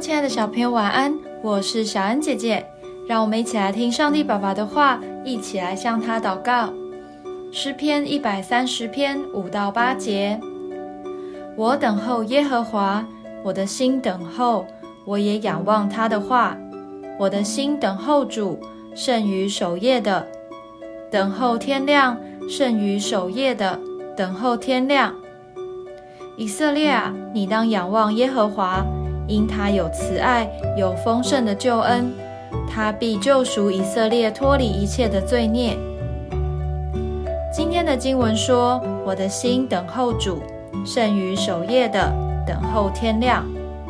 亲爱的小朋友晚安，我是小恩姐姐，让我们一起来听上帝爸爸的话，一起来向他祷告。诗篇130篇5到8节，我等候耶和华，我的心等候，我也仰望他的话。我的心等候主，胜于守夜的。等候天亮，胜于守夜的。等候天亮。以色列啊，你当仰望耶和华，因他有慈爱，有丰盛的救恩，他必救赎以色列脱离一切的罪孽。今天的经文说，我的心等候主，胜于守夜的。等候天亮。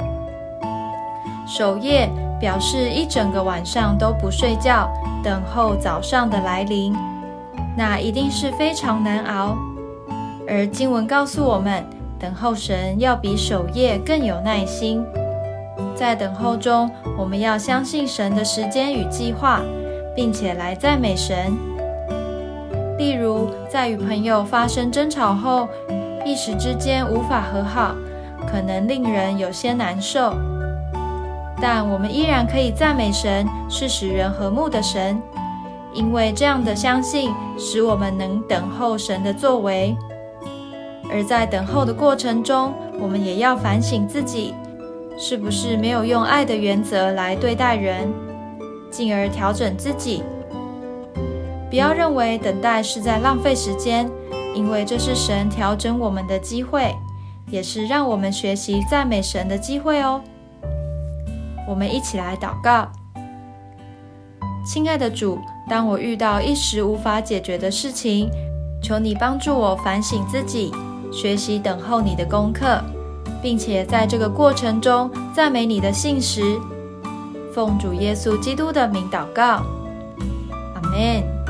守夜表示一整个晚上都不睡觉，等候早上的来临，那一定是非常难熬。而经文告诉我们，等候神要比守夜更有耐心。在等候中，我们要相信神的时间与计划，并且来赞美神。例如，在与朋友发生争吵后，一时之间无法和好，可能令人有些难受。但我们依然可以赞美神是使人和睦的神，因为这样的相信使我们能等候神的作为。而在等候的过程中，我们也要反省自己，是不是没有用爱的原则来对待人，进而调整自己。不要认为等待是在浪费时间，因为这是神调整我们的机会，也是让我们学习赞美神的机会哦。我们一起来祷告。亲爱的主，当我遇到一时无法解决的事情，求你帮助我反省自己，学习等候你的功课，并且在这个过程中赞美你的信实。奉主耶稣基督的名祷告，阿们。